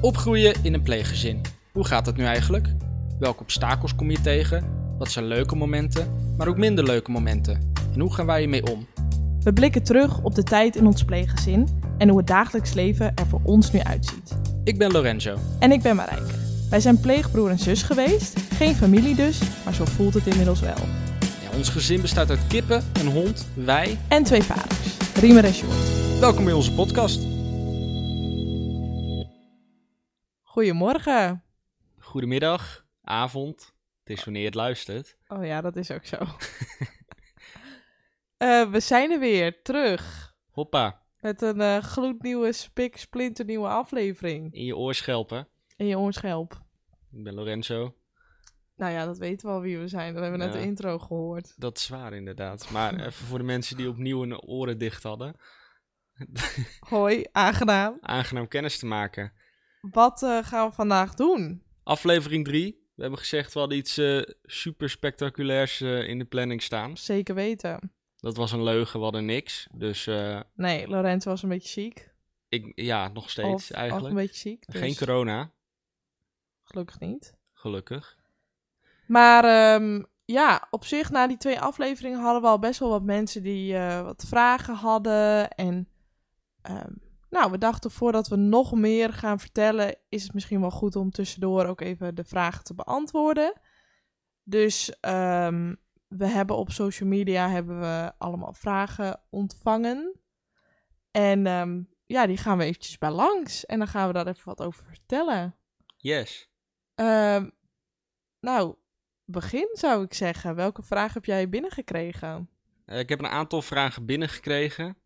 Opgroeien in een pleeggezin. Hoe gaat dat nu eigenlijk? Welke obstakels kom je tegen? Wat zijn leuke momenten, maar ook minder leuke momenten? En hoe gaan wij hiermee om? We blikken terug op de tijd in ons pleeggezin en hoe het dagelijks leven er voor ons nu uitziet. Ik ben Lorenzo. En ik ben Marijke. Wij zijn pleegbroer en zus geweest, geen familie dus, maar zo voelt het inmiddels wel. Ja, ons gezin bestaat uit kippen, een hond, wij. En 2 vaders, Riemer en Sjoerd. Welkom bij onze podcast. Goedemorgen. Goedemiddag, avond. Het is wanneer je het luistert. Oh ja, dat is ook zo. We zijn er weer, terug. Hoppa, Met een gloednieuwe, splinternieuwe aflevering. in je oorschelpen. In je oorschelp. Ik ben Lorenzo. Nou ja, dat weten we al wie we zijn. Dat hebben we net Ja. de intro gehoord. Dat is waar inderdaad. Maar even voor de mensen die opnieuw hun oren dicht hadden. Hoi, aangenaam. Aangenaam kennis te maken. Wat gaan we vandaag doen? Aflevering 3. We hebben gezegd we hadden iets super spectaculairs in de planning staan. Zeker weten. Dat was een leugen, we hadden niks. Dus Nee, Lorenzo was een beetje ziek. nog steeds Of eigenlijk. een beetje ziek. Dus Geen corona, gelukkig niet. gelukkig. Maar ja, op zich na die 2 afleveringen hadden we al best wel wat mensen die wat vragen hadden. En we dachten voordat we nog meer gaan vertellen, is het misschien wel goed om tussendoor ook even de vragen te beantwoorden. Dus we hebben op social media allemaal vragen ontvangen. En die gaan we eventjes bij langs. En dan gaan we daar even wat over vertellen. Yes. Begin zou ik zeggen. Welke vraag heb jij binnengekregen? Ik heb een aantal vragen binnengekregen.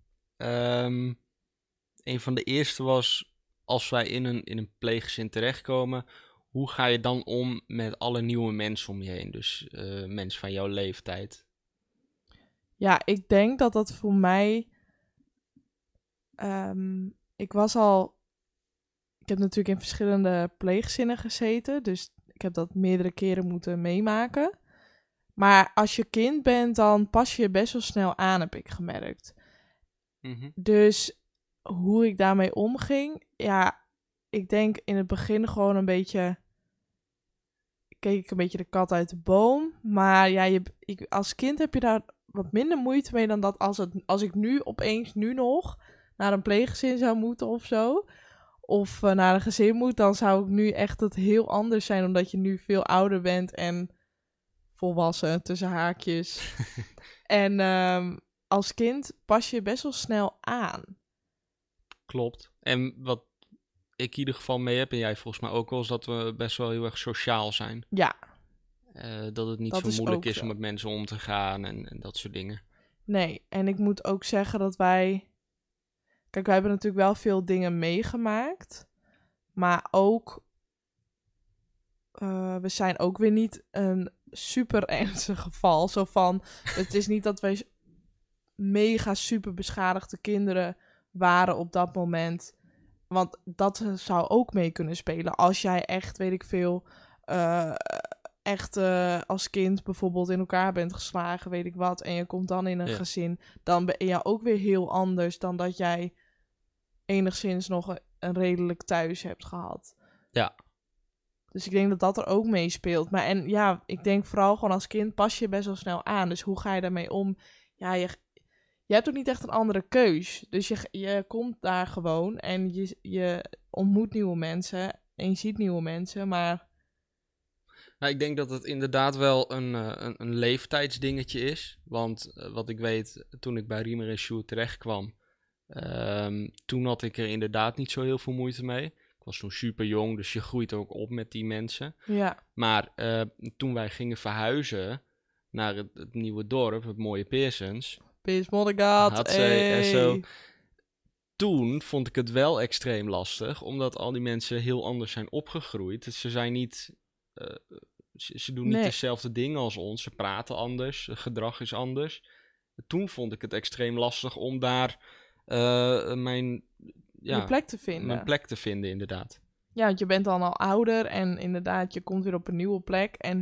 Een van de eerste was, als wij in een pleeggezin terechtkomen, hoe ga je dan om met alle nieuwe mensen om je heen? Dus mensen van jouw leeftijd. Ja, ik denk dat dat voor mij... Ik heb natuurlijk in verschillende pleeggezinnen gezeten, dus ik heb dat meerdere keren moeten meemaken. Maar als je kind bent, dan pas je je best wel snel aan, heb ik gemerkt. Mhm. Dus hoe ik daarmee omging, ja, ik denk in het begin gewoon een beetje... keek ik een beetje de kat uit de boom. Maar ja, als kind heb je daar wat minder moeite mee dan dat als ik nu opeens nog naar een pleeggezin zou moeten of zo. Of naar een gezin moet, dan zou ik nu echt het heel anders zijn. Omdat je nu veel ouder bent en volwassen, tussen haakjes. En als kind pas je best wel snel aan. Klopt. En wat ik in ieder geval mee heb, en jij volgens mij ook wel, is dat we best wel heel erg sociaal zijn. Ja. Dat het niet Dat zo is moeilijk ook is zo. om met mensen om te gaan en dat soort dingen. Nee, en ik moet ook zeggen dat wij... Kijk, wij hebben natuurlijk wel veel dingen meegemaakt. Maar ook... we zijn ook weer niet een super ernstig geval. Zo van, het is niet dat wij mega super beschadigde kinderen waren op dat moment. Want dat zou ook mee kunnen spelen. Als jij echt, weet ik veel... als kind bijvoorbeeld in elkaar bent geslagen, weet ik wat, en je komt dan in een gezin, dan ben je ook weer heel anders dan dat jij enigszins nog een redelijk thuis hebt gehad. Ja. Dus ik denk dat dat er ook meespeelt. Maar en ja, ik denk vooral gewoon als kind pas je best wel snel aan. Dus hoe ga je daarmee om? Ja, je hebt ook niet echt een andere keus. Dus je komt daar gewoon en je ontmoet nieuwe mensen en je ziet nieuwe mensen, maar... Nou, ik denk dat het inderdaad wel een leeftijdsdingetje is. Want wat ik weet, toen ik bij Riemer en Sjoerd terecht kwam, toen had ik er inderdaad niet zo heel veel moeite mee. Ik was toen super jong, dus je groeit ook op met die mensen. Ja. Maar toen wij gingen verhuizen naar het nieuwe dorp, het mooie Pearsons, Peers Moddergat, had zij en zo. Toen vond ik het wel extreem lastig, omdat al die mensen heel anders zijn opgegroeid. Dus ze zijn niet... Ze doen niet dezelfde dingen als ons. Ze praten anders. Het gedrag is anders. Toen vond ik het extreem lastig om daar mijn plek te vinden. Mijn plek te vinden, inderdaad. Ja, want je bent dan al ouder en inderdaad, je komt weer op een nieuwe plek. En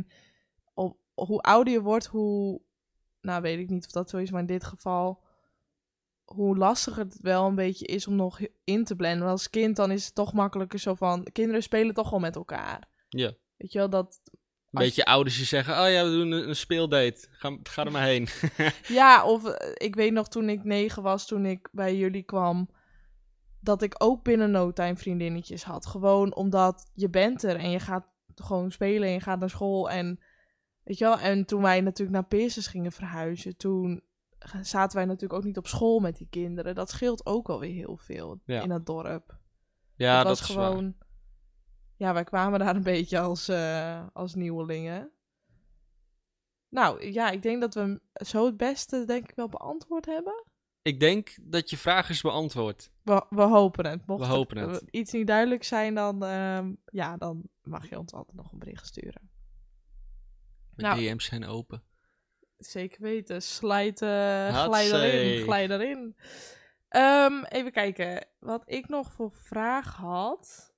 hoe ouder je wordt, hoe... Nou, weet ik niet of dat zo is, maar in dit geval... hoe lastig het wel een beetje is om nog in te blenden. Want als kind dan is het toch makkelijker zo van... Kinderen spelen toch wel met elkaar. Ja. Weet je wel, dat... Een beetje ouders die zeggen, oh ja, we doen een speeldate. Ga er maar heen. Ja, of ik weet nog toen ik 9 was, toen ik bij jullie kwam... dat ik ook binnen no time vriendinnetjes had. Gewoon omdat je bent er en je gaat gewoon spelen en je gaat naar school. En, weet je wel, en toen wij natuurlijk naar Peerses gingen verhuizen... toen zaten wij natuurlijk ook niet op school met die kinderen. Dat scheelt ook wel weer heel veel in het dorp. Ja, het dat was is gewoon... waar. Ja, wij kwamen daar een beetje als nieuwelingen. Nou, ja, ik denk dat we hem zo het beste, denk ik, wel beantwoord hebben. Ik denk dat je vraag is beantwoord. We hopen het. Mocht We hopen het. iets niet duidelijk zijn, dan, dan mag je ons altijd nog een bericht sturen. De DM's zijn open. Zeker weten. Glij erin. Even kijken. Wat ik nog voor vraag had.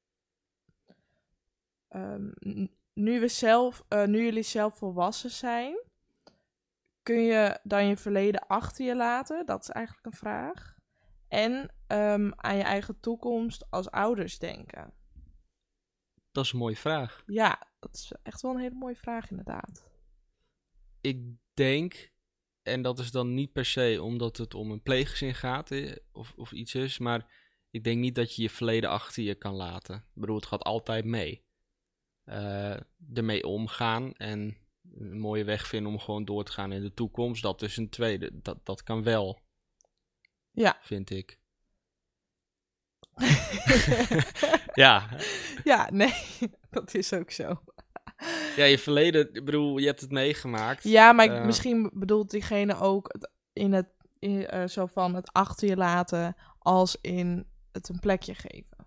Nu jullie zelf volwassen zijn, kun je dan je verleden achter je laten? Dat is eigenlijk een vraag. En aan je eigen toekomst als ouders denken. Dat is een mooie vraag. Ja, dat is echt wel een hele mooie vraag inderdaad. Ik denk, en dat is dan niet per se omdat het om een pleeggezin gaat of iets is, maar ik denk niet dat je je verleden achter je kan laten. Ik bedoel, het gaat altijd mee. Ermee omgaan en een mooie weg vinden om gewoon door te gaan in de toekomst. Dat is een tweede. Dat kan wel. Ja. Vind ik. Ja. Ja, nee. Dat is ook zo. Ja, je verleden, ik bedoel, je hebt het meegemaakt. Ja, maar misschien bedoelt diegene ook zo van het achter je laten als in het een plekje geven.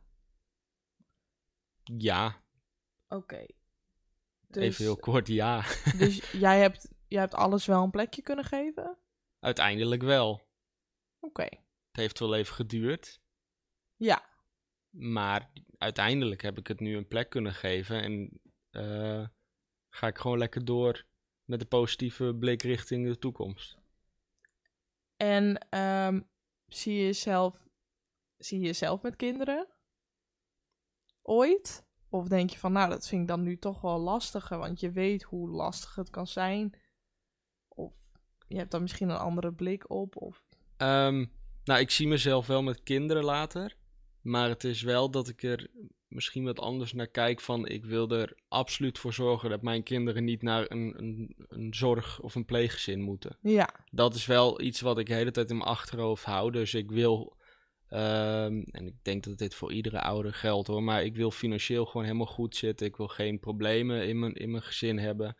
Ja. Oké. Dus, even heel kort, ja. Dus jij hebt alles wel een plekje kunnen geven? Uiteindelijk wel. Oké. Het heeft wel even geduurd. Ja. Maar uiteindelijk heb ik het nu een plek kunnen geven. En ga ik gewoon lekker door met een positieve blik richting de toekomst. En zie je jezelf met kinderen? Ooit? Of denk je van, nou, dat vind ik dan nu toch wel lastiger, want je weet hoe lastig het kan zijn. Of je hebt daar misschien een andere blik op. Of... Nou, ik zie mezelf wel met kinderen later. Maar het is wel dat ik er misschien wat anders naar kijk van... ik wil er absoluut voor zorgen dat mijn kinderen niet naar een zorg- of een pleeggezin moeten. Ja. Dat is wel iets wat ik de hele tijd in mijn achterhoofd hou. Dus ik wil... en ik denk dat dit voor iedere ouder geldt hoor. Maar ik wil financieel gewoon helemaal goed zitten. Ik wil geen problemen in mijn gezin hebben.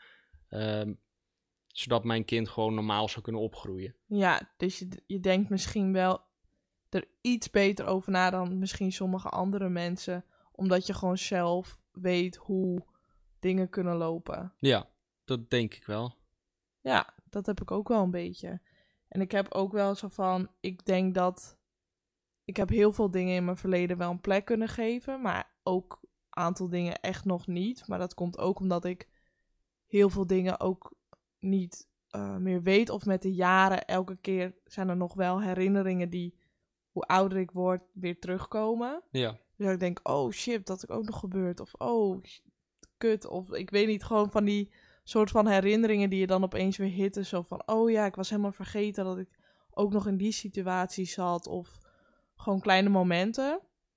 Zodat mijn kind gewoon normaal zou kunnen opgroeien. Ja, dus je denkt misschien wel er iets beter over na dan misschien sommige andere mensen. Omdat je gewoon zelf weet hoe dingen kunnen lopen. Ja, dat denk ik wel. Ja, dat heb ik ook wel een beetje. En ik heb ook wel zo van, ik denk dat... Ik heb heel veel dingen in mijn verleden wel een plek kunnen geven. Maar ook een aantal dingen echt nog niet. Maar dat komt ook omdat ik heel veel dingen ook niet meer weet. Of met de jaren elke keer zijn er nog wel herinneringen die, hoe ouder ik word, weer terugkomen. Ja. Dus ik denk, oh shit, dat is ook nog gebeurd. Of oh, kut. Of ik weet niet, gewoon van die soort van herinneringen die je dan opeens weer hitten. Zo van, oh ja, ik was helemaal vergeten dat ik ook nog in die situatie zat. Of gewoon kleine momenten.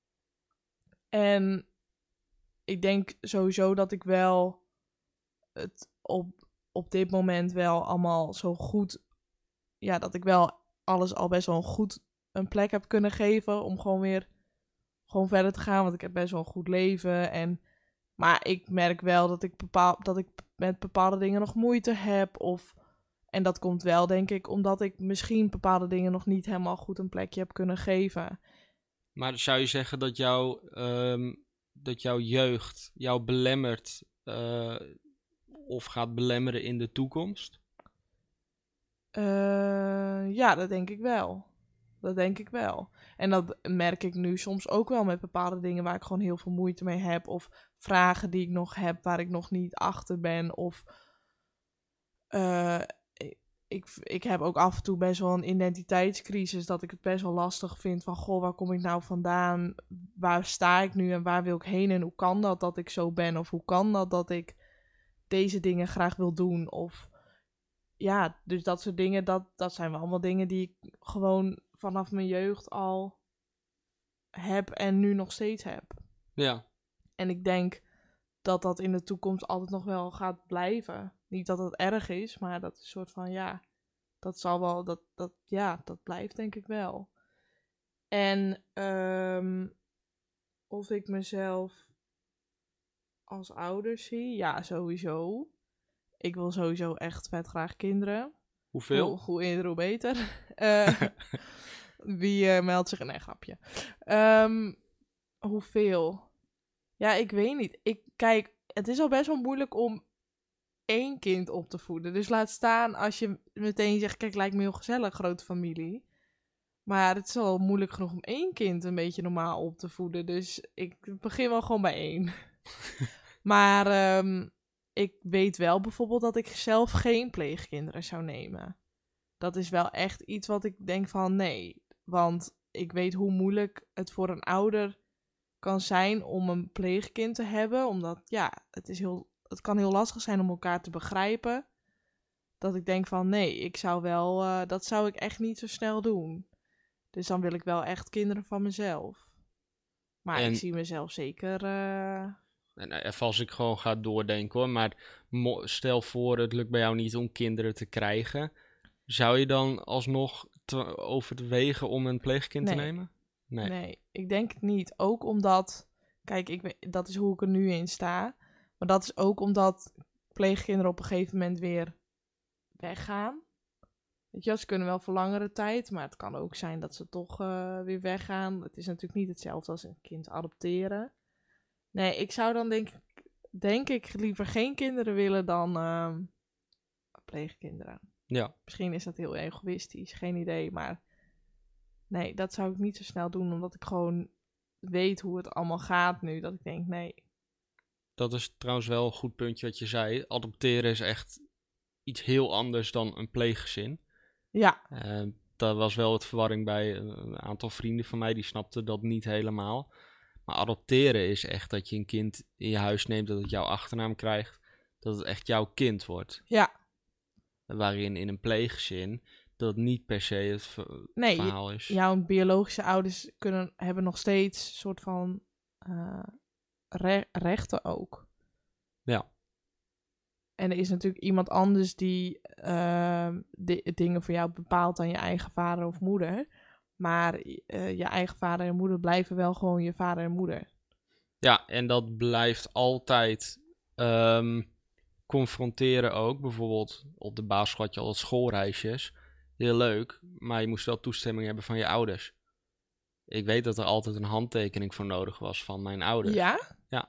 En ik denk sowieso dat ik wel het op dit moment wel allemaal zo goed... Ja, dat ik wel alles al best wel goed een plek heb kunnen geven om gewoon weer verder te gaan. Want ik heb best wel een goed leven. Maar ik merk wel dat ik met bepaalde dingen nog moeite heb. En dat komt wel, denk ik, omdat ik misschien bepaalde dingen nog niet helemaal goed een plekje heb kunnen geven. Maar zou je zeggen dat jouw jeugd jou belemmert of gaat belemmeren in de toekomst? Ja, dat denk ik wel. Dat denk ik wel. En dat merk ik nu soms ook wel met bepaalde dingen waar ik gewoon heel veel moeite mee heb. Of vragen die ik nog heb waar ik nog niet achter ben. Of ik heb ook af en toe best wel een identiteitscrisis. Dat ik het best wel lastig vind van, goh, waar kom ik nou vandaan? Waar sta ik nu en waar wil ik heen? En hoe kan dat ik zo ben? Of hoe kan dat ik deze dingen graag wil doen? Of ja, dus dat soort dingen, dat zijn wel allemaal dingen die ik gewoon vanaf mijn jeugd al heb en nu nog steeds heb. Ja. En ik denk dat in de toekomst altijd nog wel gaat blijven. Niet dat het erg is, maar dat is een soort van, ja, dat zal wel, dat blijft denk ik wel. En of ik mezelf als ouder zie, ja, sowieso. Ik wil sowieso echt vet graag kinderen. Hoeveel? Hoe eerder, hoe beter. Wie meldt zich? Nee, grapje. Hoeveel? Ja, ik weet niet. Kijk, het is al best wel moeilijk om 1 kind op te voeden. Dus laat staan als je meteen zegt, kijk, lijkt me heel gezellig, grote familie. Maar het is al moeilijk genoeg om 1 kind een beetje normaal op te voeden. Dus ik begin wel gewoon bij 1. Maar ik weet wel bijvoorbeeld dat ik zelf geen pleegkinderen zou nemen. Dat is wel echt iets wat ik denk van nee. Want ik weet hoe moeilijk het voor een ouder kan zijn om een pleegkind te hebben. Omdat ja, het kan heel lastig zijn om elkaar te begrijpen. Dat ik denk van nee, ik zou wel, dat zou ik echt niet zo snel doen. Dus dan wil ik wel echt kinderen van mezelf. Maar ik zie mezelf zeker... Even als ik gewoon ga doordenken hoor. Maar stel voor, het lukt bij jou niet om kinderen te krijgen. Zou je dan alsnog overwegen om een pleegkind te nemen? Nee, ik denk het niet. Ook omdat... Kijk, dat is hoe ik er nu in sta. Maar dat is ook omdat pleegkinderen op een gegeven moment weer weggaan. Weet je, ze kunnen wel voor langere tijd. Maar het kan ook zijn dat ze toch weer weggaan. Het is natuurlijk niet hetzelfde als een kind adopteren. Nee, ik zou dan denk ik liever geen kinderen willen dan pleegkinderen. Ja. Misschien is dat heel egoïstisch, geen idee. Maar nee, dat zou ik niet zo snel doen. Omdat ik gewoon weet hoe het allemaal gaat nu. Dat ik denk, nee. Dat is trouwens wel een goed puntje wat je zei. Adopteren is echt iets heel anders dan een pleeggezin. Ja. Dat was wel het verwarring bij een aantal vrienden van mij. Die snapten dat niet helemaal. Maar adopteren is echt dat je een kind in je huis neemt. Dat het jouw achternaam krijgt. Dat het echt jouw kind wordt. Ja. Waarin in een pleeggezin dat niet per se het verhaal is. Jouw biologische ouders hebben nog steeds een soort van rechten ook. Ja. En er is natuurlijk iemand anders die dingen voor jou bepaalt dan je eigen vader of moeder. Maar je eigen vader en moeder blijven wel gewoon je vader en moeder. Ja, en dat blijft altijd confronteren ook. Bijvoorbeeld op de basisschool had je al schoolreisjes. Heel leuk, maar je moest wel toestemming hebben van je ouders. Ik weet dat er altijd een handtekening voor nodig was van mijn ouders. Ja? Ja.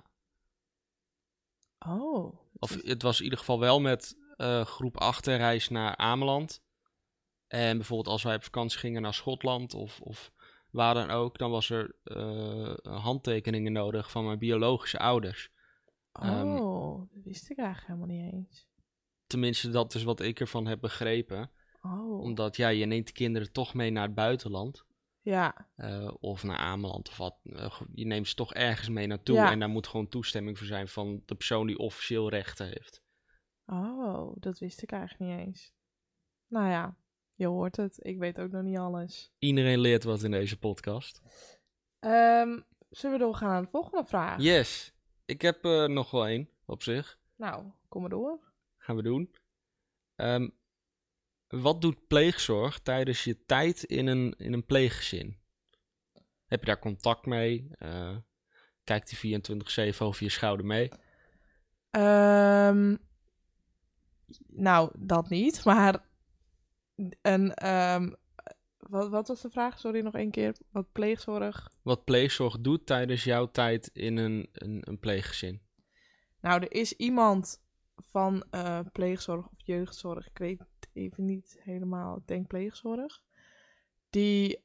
Oh. Of het was in ieder geval wel met groep 8 reis naar Ameland. En bijvoorbeeld als wij op vakantie gingen naar Schotland of waar dan ook, dan was er handtekeningen nodig van mijn biologische ouders. Dat wist ik eigenlijk helemaal niet eens. Tenminste, dat is wat ik ervan heb begrepen. Oh. Omdat ja, je neemt de kinderen toch mee naar het buitenland. Ja. Of naar Ameland of wat. Je neemt ze toch ergens mee naartoe. Ja. En daar moet gewoon toestemming voor zijn van de persoon die officieel rechten heeft. Oh, dat wist ik eigenlijk niet eens. Nou ja, je hoort het. Ik weet ook nog niet alles. Iedereen leert wat in deze podcast. Zullen we doorgaan naar de volgende vraag? Yes. Ik heb nog wel één op zich. Nou, kom maar door. Gaan we doen. Wat doet pleegzorg tijdens je tijd in een pleeggezin? Heb je daar contact mee? Kijkt die 24/7 over je schouder mee? Nou, dat niet. Maar wat was de vraag? Sorry, nog één keer. Wat pleegzorg doet tijdens jouw tijd in een pleeggezin? Nou, er is iemand van pleegzorg of jeugdzorg. Ik weet even niet helemaal. Ik denk pleegzorg. Die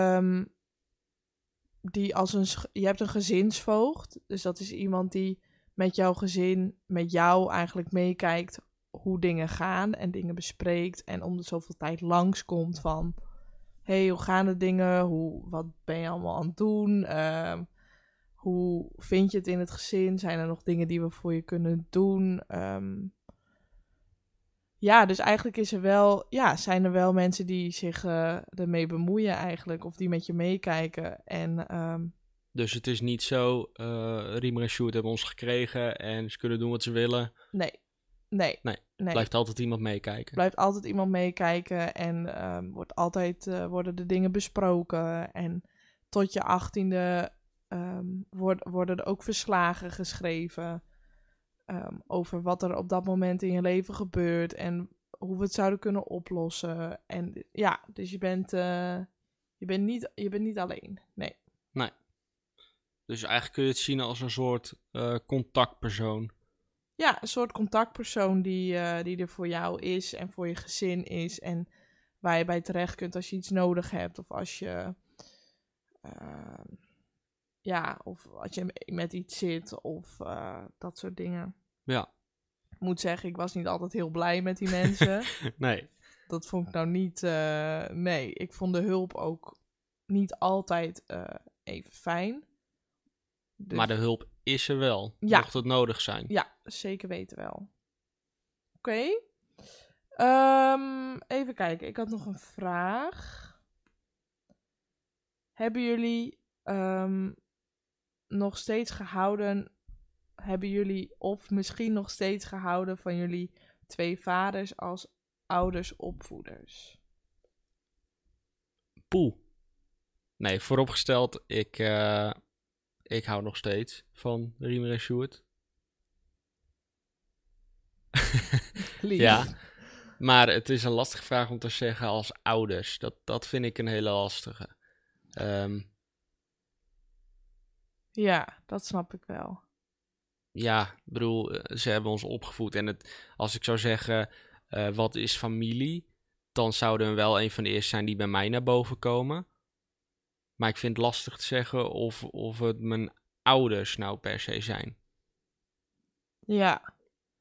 je hebt een gezinsvoogd. Dus dat is iemand die met jouw gezin, met jou eigenlijk meekijkt hoe dingen gaan en dingen bespreekt. En om de zoveel tijd langskomt van... Hey, hoe gaan de dingen? Wat ben je allemaal aan het doen? Hoe vind je het in het gezin? Zijn er nog dingen die we voor je kunnen doen? Ja, dus eigenlijk zijn er wel mensen die zich ermee bemoeien eigenlijk. Of die met je meekijken. En... Dus het is niet zo, Riemer en Sjoerd hebben ons gekregen en ze kunnen doen wat ze willen. Nee. Blijft altijd iemand meekijken. Blijft altijd iemand meekijken en worden de dingen besproken. En tot je 18e worden er ook verslagen geschreven over wat er op dat moment in je leven gebeurt en hoe we het zouden kunnen oplossen. En ja, dus je bent niet alleen. Nee. Dus eigenlijk kun je het zien als een soort contactpersoon. Ja, een soort contactpersoon die er voor jou is en voor je gezin is. En waar je bij terecht kunt als je iets nodig hebt. Of als je, of als je met iets zit of dat soort dingen. Ja. Ik moet zeggen, ik was niet altijd heel blij met die mensen. Nee. Dat vond ik nou niet... nee, ik vond de hulp ook niet altijd even fijn. Dus... Maar de hulp is er wel, mocht het nodig zijn. Ja, zeker weten wel. Oké. Even kijken, ik had nog een vraag. Hebben jullie nog steeds gehouden... Hebben jullie of misschien nog steeds gehouden van jullie 2 vaders als ouders opvoeders? Poeh. Nee, vooropgesteld, ik hou nog steeds van Riemer en Sjoerd. Ja, maar het is een lastige vraag om te zeggen als ouders. Dat vind ik een hele lastige. Ja, dat snap ik wel. Ja, ik bedoel, ze hebben ons opgevoed. En als ik zou zeggen, wat is familie? Dan zouden we wel een van de eerste zijn die bij mij naar boven komen. Maar ik vind het lastig te zeggen of het mijn ouders nou per se zijn. Ja,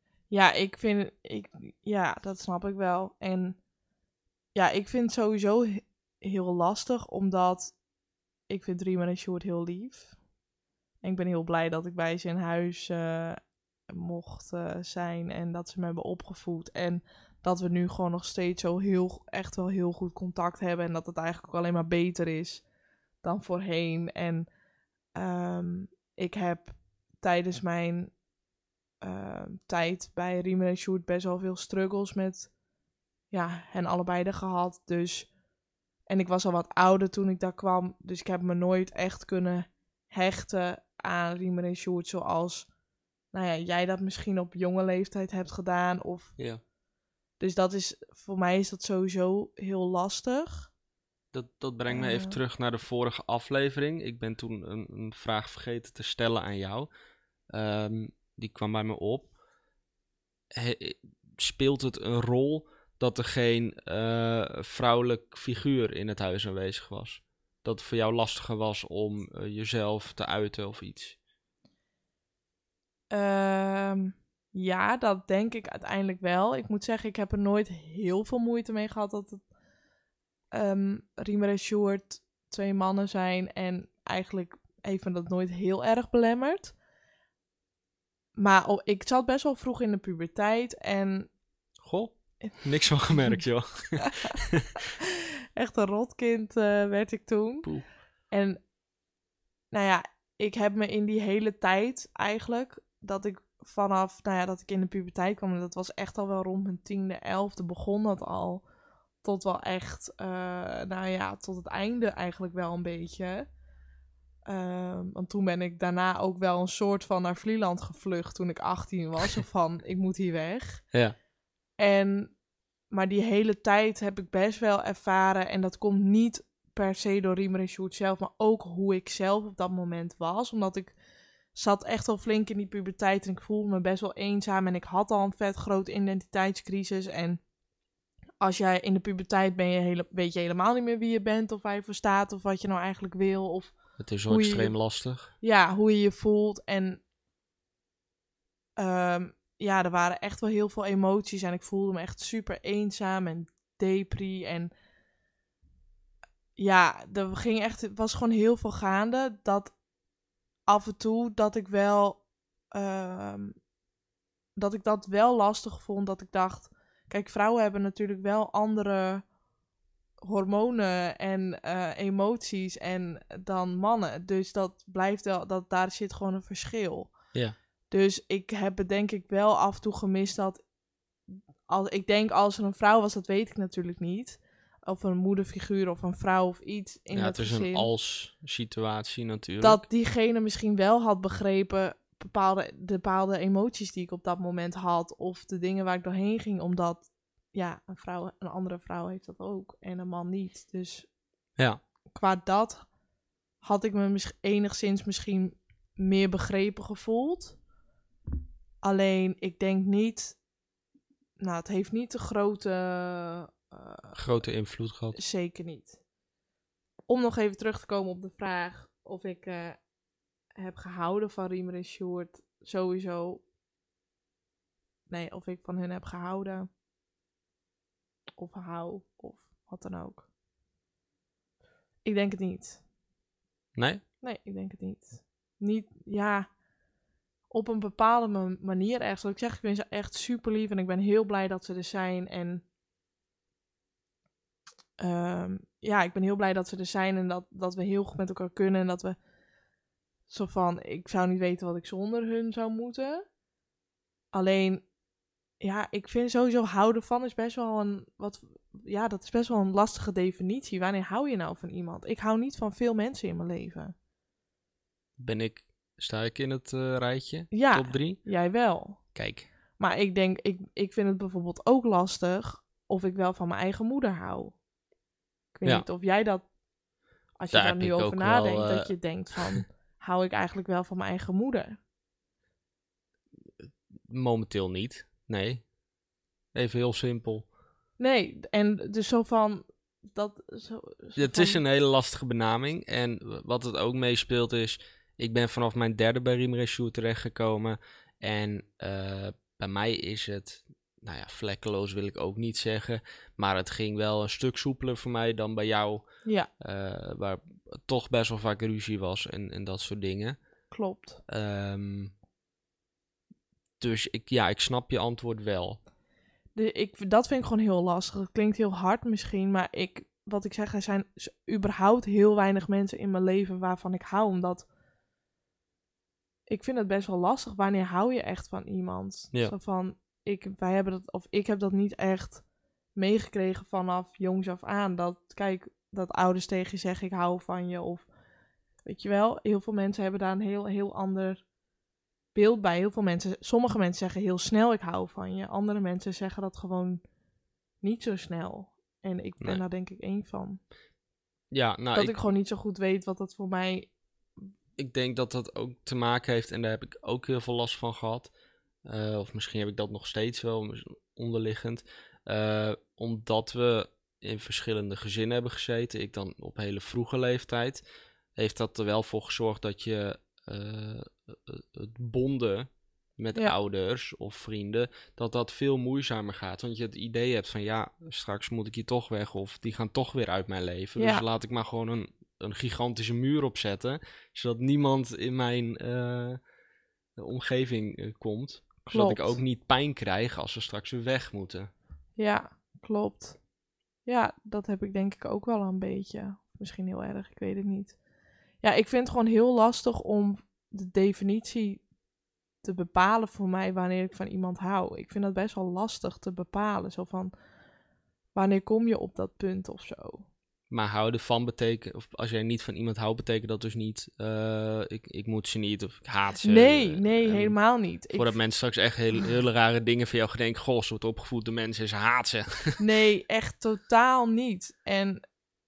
dat snap ik wel. En ja, ik vind het sowieso heel lastig, omdat ik vind Riemer en Sjoerd heel lief. En ik ben heel blij dat ik bij ze in huis mocht zijn en dat ze me hebben opgevoed. En dat we nu gewoon nog steeds echt wel heel goed contact hebben. En dat het eigenlijk ook alleen maar beter is dan voorheen. En ik heb tijdens mijn tijd bij Riemer en Sjoerd best wel veel struggles met hen allebei gehad. Dus, en ik was al wat ouder toen ik daar kwam. Dus ik heb me nooit echt kunnen hechten aan Riemer en Sjoerd zoals jij dat misschien op jonge leeftijd hebt gedaan. Ja. Dus voor mij is dat sowieso heel lastig. Dat brengt me even terug naar de vorige aflevering. Ik ben toen een vraag vergeten te stellen aan jou. Die kwam bij me op. Speelt het een rol dat er geen vrouwelijk figuur in het huis aanwezig was? Dat het voor jou lastiger was om jezelf te uiten of iets? Ja, dat denk ik uiteindelijk wel. Ik moet zeggen, ik heb er nooit heel veel moeite mee gehad dat het Riemer en Sjoerd 2 mannen zijn. En eigenlijk heeft me dat nooit heel erg belemmerd. Maar ik zat best wel vroeg in de puberteit en... Goh, niks van gemerkt, joh. Echt een rotkind werd ik toen. Poeh. En ik heb me in die hele tijd eigenlijk, dat ik dat ik in de puberteit kwam, en dat was echt al wel rond mijn 10e, 11e begon dat al, tot wel echt, tot het einde eigenlijk wel een beetje. Want toen ben ik daarna ook wel een soort van naar Vlieland gevlucht toen ik 18 was. Of van, ik moet hier weg. Ja. Maar die hele tijd heb ik best wel ervaren. En dat komt niet per se door Riemer en Sjoerd zelf, maar ook hoe ik zelf op dat moment was. Omdat ik zat echt wel flink in die puberteit en ik voelde me best wel eenzaam. En ik had al een vet grote identiteitscrisis. En als jij in de puberteit weet je helemaal niet meer wie je bent of waar je voor staat of wat je nou eigenlijk wil. Of het is wel extreem lastig. Ja, hoe je je voelt. En ja, er waren echt wel heel veel emoties. En ik voelde me echt super eenzaam en depri. En ja, het was gewoon heel veel gaande. Dat af en toe dat ik wel... dat ik dat wel lastig vond. Dat ik dacht... Kijk, vrouwen hebben natuurlijk wel andere hormonen en emoties dan mannen. Dus dat blijft wel... Daar zit gewoon een verschil. Ja. Dus ik heb het denk ik wel af en toe gemist dat... Als er een vrouw was, dat weet ik natuurlijk niet. Of een moederfiguur of een vrouw of iets in het gezin. Het is een als-situatie natuurlijk. Dat diegene misschien wel had begrepen bepaalde emoties die ik op dat moment had. Of de dingen waar ik doorheen ging. Omdat, ja, een andere vrouw heeft dat ook. En een man niet. Dus ja. Qua dat had ik me enigszins misschien meer begrepen gevoeld. Alleen, ik denk niet... Nou, het heeft niet de grote invloed gehad. Zeker niet. Om nog even terug te komen op de vraag of ik heb gehouden van Riemer en Sjoerd. Sowieso. Nee, of ik van hun heb gehouden. Of hou. Of wat dan ook. Ik denk het niet. Nee? Nee, ik denk het niet. Niet, ja... Op een bepaalde manier echt. Zoals ik zeg, ik vind ze echt super lief. En ik ben heel blij dat ze er zijn. En ja, ik ben heel blij dat ze er zijn. En dat we heel goed met elkaar kunnen. En dat we zo van... Ik zou niet weten wat ik zonder hun zou moeten. Alleen... Ja, ik vind sowieso houden van is best wel dat is best wel een lastige definitie. Wanneer hou je nou van iemand? Ik hou niet van veel mensen in mijn leven. Sta ik in het rijtje? Ja, top 3? Jij wel. Kijk. Maar ik denk, ik vind het bijvoorbeeld ook lastig of ik wel van mijn eigen moeder hou. Ik weet niet of jij dat, als je daar nu over nadenkt, dat je denkt van, hou ik eigenlijk wel van mijn eigen moeder? Momenteel niet, nee. Even heel simpel. Nee, en dus zo van... Het is een hele lastige benaming. En wat het ook meespeelt is... Ik ben vanaf mijn 3e bij Riemer en Sjoerd terechtgekomen. En bij mij is het... Nou ja, vlekkeloos wil ik ook niet zeggen. Maar het ging wel een stuk soepeler voor mij dan bij jou. Ja. Waar toch best wel vaak ruzie was en dat soort dingen. Klopt. Dus ik snap je antwoord wel. Dat vind ik gewoon heel lastig. Het klinkt heel hard misschien, maar wat ik zeg, er zijn überhaupt heel weinig mensen in mijn leven waarvan ik hou. Omdat ik vind het best wel lastig. Wanneer hou je echt van iemand? Ja. Zo van, ik heb dat niet echt meegekregen vanaf jongs af aan. Dat ouders tegen je zeggen, ik hou van je. Of, weet je wel, heel veel mensen hebben daar een heel, heel ander beeld bij. Sommige mensen zeggen heel snel, ik hou van je. Andere mensen zeggen dat gewoon niet zo snel. En ik ben daar denk ik één van. Ja, nou, ik gewoon niet zo goed weet wat dat voor mij... Ik denk dat dat ook te maken heeft, en daar heb ik ook heel veel last van gehad. Of misschien heb ik dat nog steeds wel onderliggend. Omdat we in verschillende gezinnen hebben gezeten. Ik dan op hele vroege leeftijd. Heeft dat er wel voor gezorgd dat je het bonden met ouders of vrienden, dat veel moeizamer gaat. Want je het idee hebt van, ja, straks moet ik hier toch weg of die gaan toch weer uit mijn leven. Dus laat ik maar gewoon een gigantische muur opzetten, zodat niemand in mijn omgeving komt. Klopt. Zodat ik ook niet pijn krijg als ze straks weer weg moeten. Ja, klopt. Ja, dat heb ik denk ik ook wel een beetje. Misschien heel erg, ik weet het niet. Ja, ik vind het gewoon heel lastig om de definitie te bepalen voor mij wanneer ik van iemand hou. Ik vind dat best wel lastig te bepalen. Zo van, wanneer kom je op dat punt of zo? Maar houden van betekent, of als jij niet van iemand houdt, betekent dat dus niet, ik moet ze niet of ik haat ze. Nee, helemaal niet. Voordat mensen straks echt hele rare dingen van jou gaan denken, goh, ze wordt opgevoed door mensen en ze haat ze. Nee, echt totaal niet. En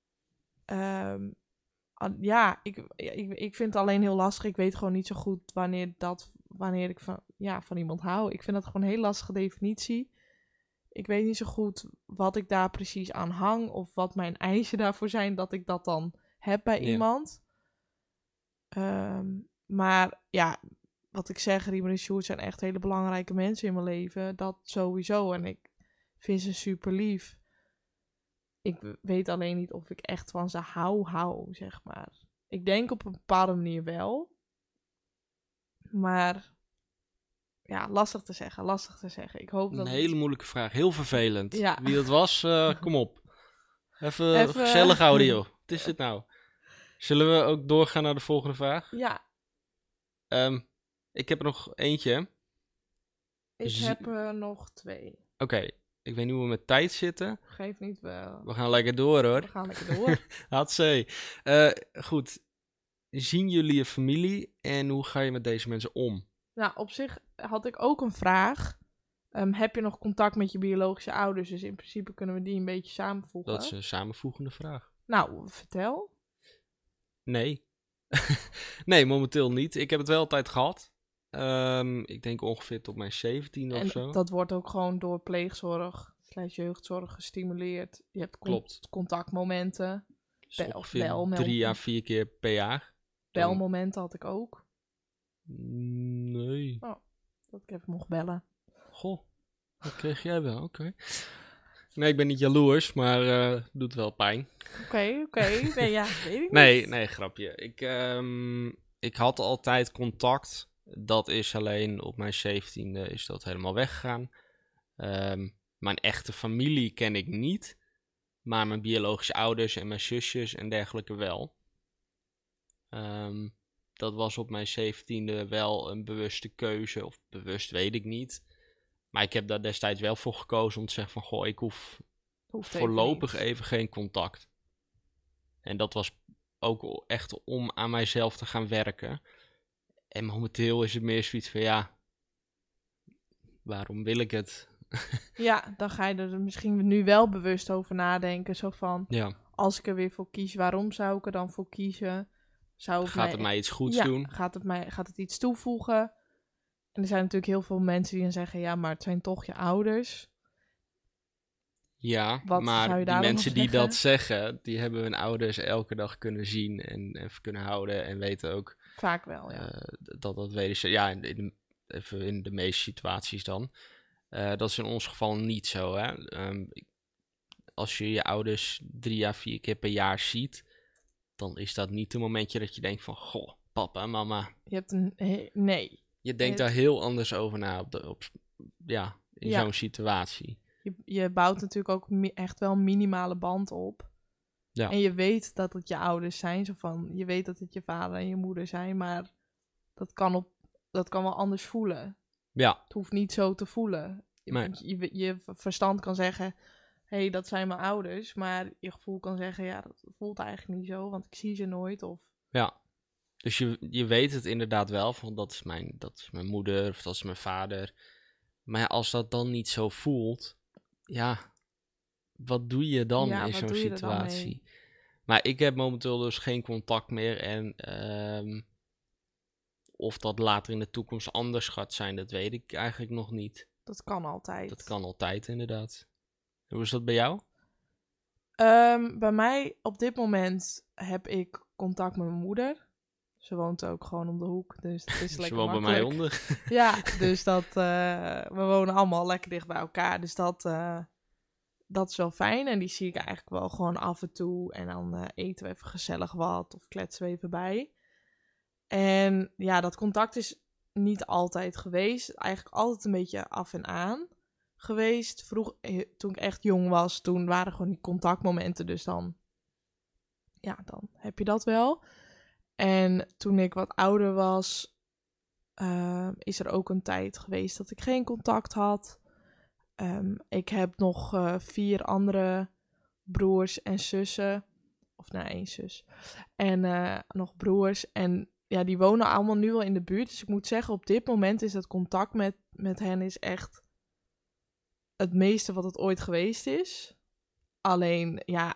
ik vind het alleen heel lastig. Ik weet gewoon niet zo goed wanneer ik van iemand hou. Ik vind dat gewoon een heel lastige definitie. Ik weet niet zo goed wat ik daar precies aan hang of wat mijn eisen daarvoor zijn dat ik dat dan heb bij iemand. Maar ja, wat ik zeg, Riemer en Sjoerd zijn echt hele belangrijke mensen in mijn leven. Dat sowieso. En ik vind ze super lief. Ik weet alleen niet of ik echt van ze hou, zeg maar. Ik denk op een bepaalde manier wel. Maar ja, lastig te zeggen. Ik hoop dat Een hele moeilijke vraag. Heel vervelend. Ja. Wie dat was, kom op. Even gezellig houden, joh. Wat is dit nou? Zullen we ook doorgaan naar de volgende vraag? Ja. Ik heb er nog eentje. Ik heb er nog 2. Oké, ik weet niet hoe we met tijd zitten. Geef niet wel. We gaan lekker door, hoor. We gaan lekker door. Hatsé. Goed. Zien jullie je familie en hoe ga je met deze mensen om? Nou, op zich had ik ook een vraag. Heb je nog contact met je biologische ouders? Dus in principe kunnen we die een beetje samenvoegen. Dat is een samenvoegende vraag. Nou, vertel. Nee. Nee, momenteel niet. Ik heb het wel altijd gehad. Ik denk ongeveer tot mijn 17 of zo. Dat wordt ook gewoon door pleegzorg / jeugdzorg gestimuleerd. Je hebt contactmomenten. Dus ongeveer 3 à 4 keer per jaar. Belmomenten had ik ook. Nee. Oh, dat ik even mocht bellen. Goh, dat kreeg jij wel, oké. Nee, ik ben niet jaloers, maar doet wel pijn. Oké. Nee, ja, weet ik niet. Nee, grapje. Ik had altijd contact. Dat is alleen op mijn 17e is dat helemaal weggegaan. Mijn echte familie ken ik niet. Maar mijn biologische ouders en mijn zusjes en dergelijke wel. Dat was op mijn 17e wel een bewuste keuze. Of bewust, weet ik niet. Maar ik heb daar destijds wel voor gekozen om te zeggen van... Goh, ik hoef voorlopig even geen contact. En dat was ook echt om aan mijzelf te gaan werken. En momenteel is het meer zoiets van ja... Waarom wil ik het? Ja, dan ga je er misschien nu wel bewust over nadenken. Zo van, als ik er weer voor kies, waarom zou ik er dan voor kiezen? Gaat het mij iets goeds doen? Gaat het iets toevoegen? En er zijn natuurlijk heel veel mensen die dan zeggen... Ja, maar het zijn toch je ouders. Ja, maar die mensen die dat zeggen... die hebben hun ouders elke dag kunnen zien en even kunnen houden... en weten ook... Vaak wel, ja. Dat weten ze... Ja, even in de meeste situaties dan. Dat is in ons geval niet zo, hè. Als je je ouders 3 à 4 keer per jaar ziet... dan is dat niet een momentje dat je denkt van... Goh, papa, mama. Je hebt nee. Je denkt daar heel anders over na in zo'n situatie. Je bouwt natuurlijk ook echt wel een minimale band op. Ja. En je weet dat het je ouders zijn. Zo van, je weet dat het je vader en je moeder zijn. Maar dat kan wel anders voelen. Ja. Het hoeft niet zo te voelen. Je verstand kan zeggen... Hé, dat zijn mijn ouders. Maar je gevoel kan zeggen... Ja, dat voelt eigenlijk niet zo. Want ik zie ze nooit. Of... Ja. Dus je weet het inderdaad wel. Van dat is mijn moeder. Of dat is mijn vader. Maar ja, als dat dan niet zo voelt... Ja, wat doe je dan in zo'n situatie? Maar ik heb momenteel dus geen contact meer. En of dat later in de toekomst anders gaat zijn, dat weet ik eigenlijk nog niet. Dat kan altijd. Dat kan altijd, inderdaad. Hoe is dat bij jou? Bij mij op dit moment heb ik contact met mijn moeder. Ze woont ook gewoon om de hoek, dus het is lekker makkelijk. Ze woont bij mij onder. Ja, dus we wonen allemaal lekker dicht bij elkaar. Dus dat is wel fijn. En die zie ik eigenlijk wel gewoon af en toe. En dan eten we even gezellig wat of kletsen we even bij. En ja, dat contact is niet altijd geweest. Eigenlijk altijd een beetje af en aan geweest. Toen ik echt jong was, toen waren gewoon die contactmomenten. Dus dan heb je dat wel. En toen ik wat ouder was, is er ook een tijd geweest dat ik geen contact had. Ik heb nog 4 andere broers en zussen. Of 1 zus. En nog broers. En ja, die wonen allemaal nu wel in de buurt. Dus ik moet zeggen, op dit moment is het contact met hen is echt het meeste wat het ooit geweest is. Alleen, ja...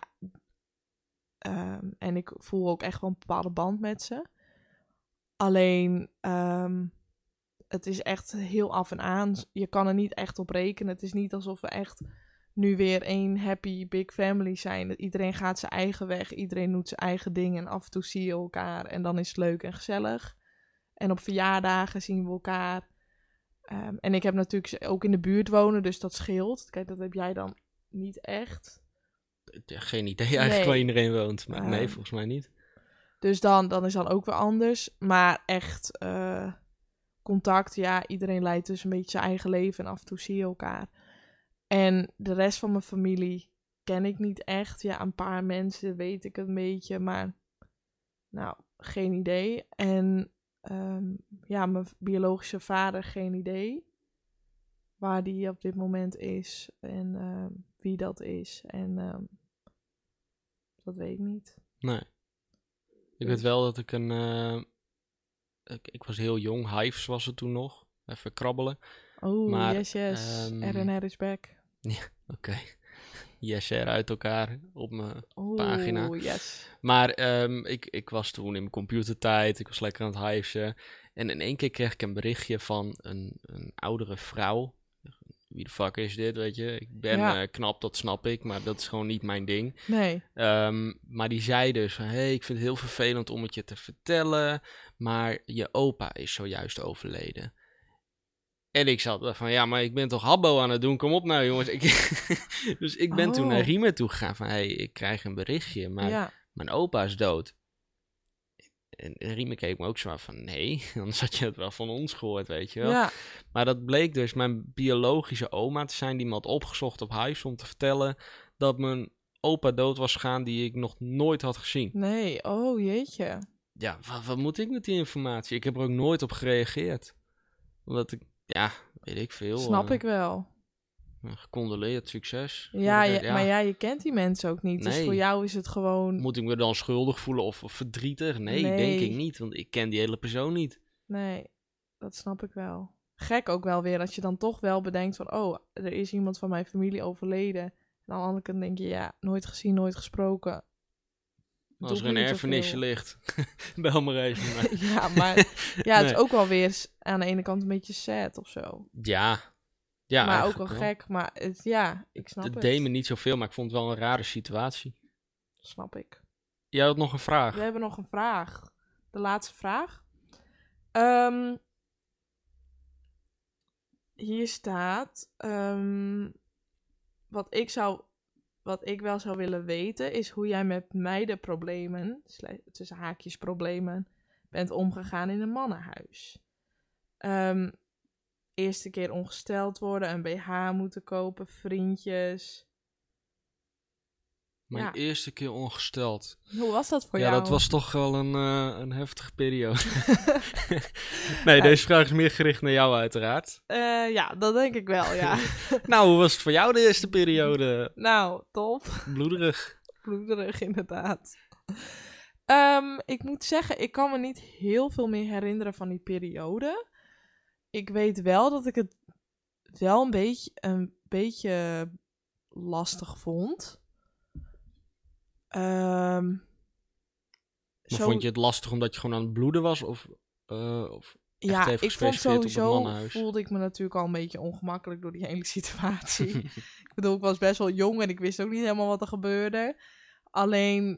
en ik voel ook echt wel een bepaalde band met ze. Alleen, het is echt heel af en aan. Je kan er niet echt op rekenen. Het is niet alsof we echt nu weer 1 happy big family zijn. Iedereen gaat zijn eigen weg. Iedereen doet zijn eigen ding. En af en toe zie je elkaar. En dan is het leuk en gezellig. En op verjaardagen zien we elkaar. En ik heb natuurlijk ook in de buurt wonen, dus dat scheelt. Kijk, dat heb jij dan niet echt. Ja, geen idee eigenlijk waar iedereen woont. Maar nee, volgens mij niet. Dus dan is dan ook weer anders. Maar echt contact, ja, iedereen leidt dus een beetje zijn eigen leven en af en toe zie je elkaar. En de rest van mijn familie ken ik niet echt. Ja, een paar mensen weet ik een beetje, maar nou, geen idee. En mijn biologische vader, geen idee waar die op dit moment is en wie dat is. En dat weet ik niet. Nee. Ik weet wel dat ik ik was heel jong. Hives was het toen nog. Even krabbelen. Oh, maar, yes. RNR is back. Ja, oké. Yes, uit elkaar op mijn pagina. Yes. Maar ik was toen in mijn computertijd. Ik was lekker aan het hivesen. En in één keer kreeg ik een berichtje van een oudere vrouw. Wie de fuck is dit, weet je? Ik ben knap, dat snap ik. Maar dat is gewoon niet mijn ding. Nee. Maar die zei dus van... Hey, ik vind het heel vervelend om het je te vertellen. Maar je opa is zojuist overleden. En ik zat van, ja, maar ik ben toch habbo aan het doen? Kom op nou, jongens. Dus ik ben toen naar Riemen toe gegaan van... Hey, ik krijg een berichtje, maar mijn opa is dood. En Riemen keek me ook zo van... Nee, anders had je het wel van ons gehoord, weet je wel. Ja. Maar dat bleek dus mijn biologische oma te zijn... die me had opgezocht op huis om te vertellen... dat mijn opa dood was gegaan die ik nog nooit had gezien. Nee, oh jeetje. Ja, wat moet ik met die informatie? Ik heb er ook nooit op gereageerd. Omdat ik... Ja, weet ik veel. Snap ik wel. Gecondoleerd, succes. Maar je kent die mensen ook niet. Nee. Dus voor jou is het gewoon... Moet ik me dan schuldig voelen of verdrietig? Nee, denk ik niet. Want ik ken die hele persoon niet. Nee, dat snap ik wel. Gek ook wel weer, dat je dan toch wel bedenkt van... Oh, er is iemand van mijn familie overleden. En aan de andere kant denk je, ja, nooit gezien, nooit gesproken. Als er een erfenisje ligt, bel maar even. Ja, maar het is ook wel weer aan de ene kant een beetje sad of zo. Ja, maar ook wel gek. Maar ik snap het. Het deed me niet zoveel, maar ik vond het wel een rare situatie. Snap ik. Jij had nog een vraag. We hebben nog een vraag. De laatste vraag. Hier staat... Wat ik wel zou willen weten, is hoe jij met meidenproblemen, tussen haakjes problemen, bent omgegaan in een mannenhuis. Eerste keer ongesteld worden, een BH moeten kopen, vriendjes. Mijn eerste keer ongesteld. Hoe was dat voor jou? Ja, dat was toch wel een heftige periode. Nee, deze vraag is meer gericht naar jou uiteraard. Ja, dat denk ik wel, ja. Nou, hoe was het voor jou de eerste periode? Nou, top. Bloederig. Bloederig, inderdaad. Ik moet zeggen, ik kan me niet heel veel meer herinneren van die periode. Ik weet wel dat ik het wel een beetje lastig vond. Vond je het lastig omdat je gewoon aan het bloeden was? Of ja, ik vond sowieso, voelde ik me natuurlijk al een beetje ongemakkelijk door die hele situatie. Ik bedoel, ik was best wel jong en ik wist ook niet helemaal wat er gebeurde. Alleen,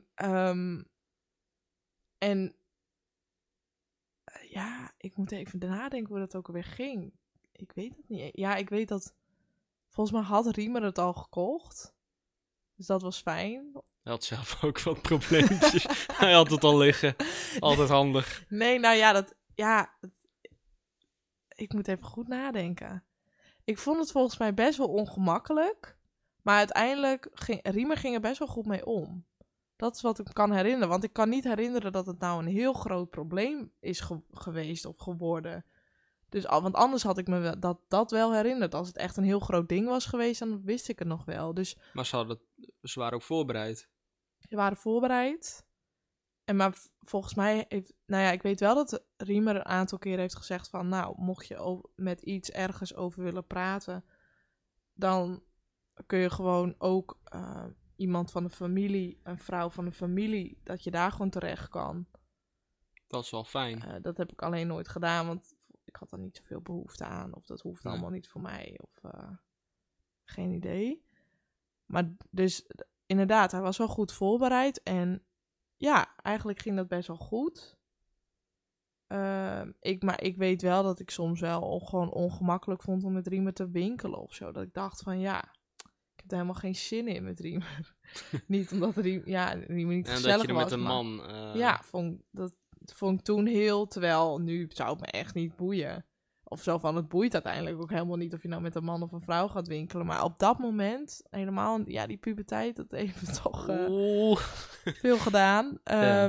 ik moet even nadenken hoe dat ook alweer ging. Ik weet het niet. Ja, ik weet dat, volgens mij had Riemer het al gekocht. Dus dat was fijn. Hij had zelf ook wat probleempjes. Hij had het al liggen. Altijd handig. Nee, nou ja, ik moet even goed nadenken. Ik vond het volgens mij best wel ongemakkelijk. Maar uiteindelijk Riemer ging er best wel goed mee om. Dat is wat ik kan herinneren. Want ik kan niet herinneren dat het nou een heel groot probleem is geweest of geworden. Dus, want anders had ik me dat wel herinnerd. Als het echt een heel groot ding was geweest, dan wist ik het nog wel. Dus, maar ze waren ook voorbereid. Ze waren voorbereid. Maar volgens mij ik weet wel dat Riemer een aantal keer heeft gezegd van... Nou, mocht je met iets ergens over willen praten... dan kun je gewoon ook iemand van de familie, een vrouw van de familie... dat je daar gewoon terecht kan. Dat is wel fijn. Dat heb ik alleen nooit gedaan, want ik had er niet zoveel behoefte aan. Of dat hoeft allemaal niet voor mij. Of geen idee. Maar dus inderdaad, hij was wel goed voorbereid. En ja, eigenlijk ging dat best wel goed. Maar ik weet wel dat ik soms wel gewoon ongemakkelijk vond om met Riemer te winkelen of zo. Dat ik dacht van ja, ik heb er helemaal geen zin in met Riemer. Niet omdat Riemer niet gezellig was. En dat je er met een man... Ja, dat vond ik toen heel... Terwijl nu zou het me echt niet boeien. Of zo van, het boeit uiteindelijk ook helemaal niet of je nou met een man of een vrouw gaat winkelen. Maar op dat moment, helemaal, ja, die puberteit, dat heeft toch veel gedaan.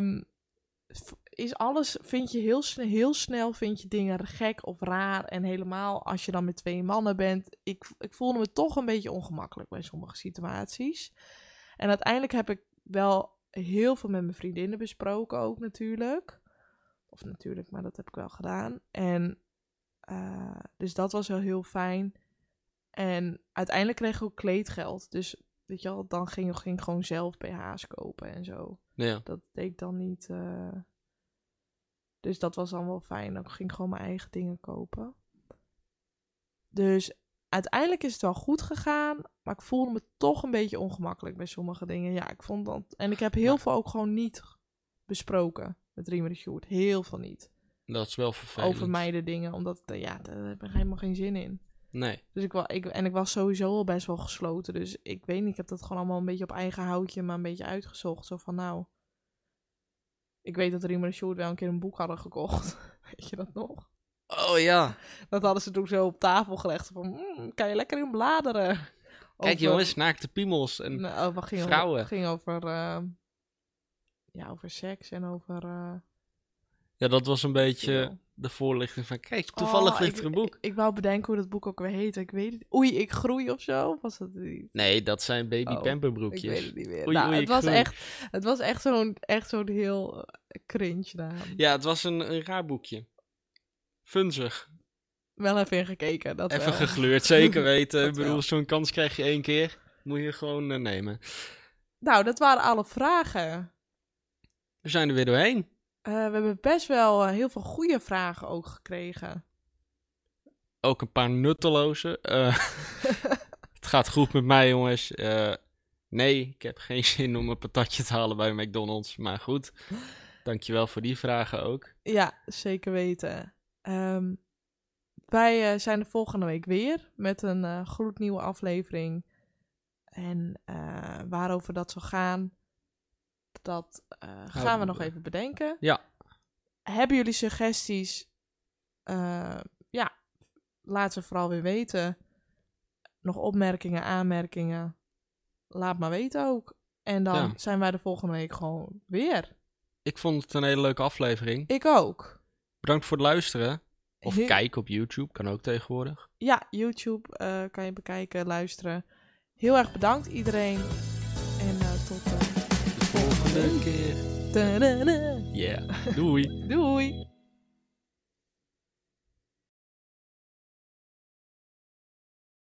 Is alles, vind je heel snel, vind je dingen gek of raar. En helemaal als je dan met 2 mannen bent. Ik voelde me toch een beetje ongemakkelijk bij sommige situaties. En uiteindelijk heb ik wel heel veel met mijn vriendinnen besproken ook natuurlijk. Of natuurlijk, maar dat heb ik wel gedaan. En dus dat was wel heel fijn. En uiteindelijk kreeg ik ook kleedgeld. Dus weet je wel, dan ging ik gewoon zelf BH's kopen en zo. Ja. Dat deed ik dan niet. Dus dat was dan wel fijn. Dan ging ik gewoon mijn eigen dingen kopen. Dus uiteindelijk is het wel goed gegaan. Maar ik voelde me toch een beetje ongemakkelijk bij sommige dingen. Ja, ik vond dat... En ik heb heel veel ook gewoon niet besproken met Riemer de Sjoerd. Heel veel niet. Dat is wel vervelend. Over mij dingen, omdat daar heb ik helemaal geen zin in. Nee. Dus ik was sowieso al best wel gesloten. Dus ik weet niet, ik heb dat gewoon allemaal een beetje op eigen houtje, maar een beetje uitgezocht. Zo van nou, ik weet dat Riemer en Sjoerd wel een keer een boek hadden gekocht. Weet je dat nog? Oh ja. Dat hadden ze toen zo op tafel gelegd. Van, kan je lekker in bladeren? Kijk jongens, naakte piemels en vrouwen. Het ging over, over seks en over... Ja, dat was een beetje de voorlichting van... Kijk, toevallig ligt er een boek. Ik wou bedenken hoe dat boek ook weer heet. Ik weet het. Oei, ik groei of zo? Was dat niet? Nee, dat zijn baby pamperbroekjes. Ik weet het niet meer. Oei, het was echt zo'n heel cringe naam. Ja, het was een raar boekje. Funzig. Wel even ingekeken. Even gegluurd, zeker weten. Ik bedoel, zo'n kans krijg je 1 keer. Moet je gewoon nemen. Nou, dat waren alle vragen. We zijn er weer doorheen. We hebben best wel heel veel goede vragen ook gekregen. Ook een paar nutteloze. Het gaat goed met mij, jongens. Nee, ik heb geen zin om een patatje te halen bij McDonald's. Maar goed, dankjewel voor die vragen ook. Ja, zeker weten. Wij zijn de volgende week weer met een gloednieuwe aflevering. En waarover dat zal gaan... Dat gaan we nog even bedenken. Ja. Hebben jullie suggesties? Laat ze vooral weer weten. Nog opmerkingen, aanmerkingen. Laat maar weten ook. En dan zijn wij de volgende week gewoon weer. Ik vond het een hele leuke aflevering. Ik ook. Bedankt voor het luisteren. Of kijken op YouTube, kan ook tegenwoordig. Ja, YouTube kan je bekijken, luisteren. Heel erg bedankt iedereen. En tot de volgende keer. Ta-da-da. Yeah. Doei. Doei.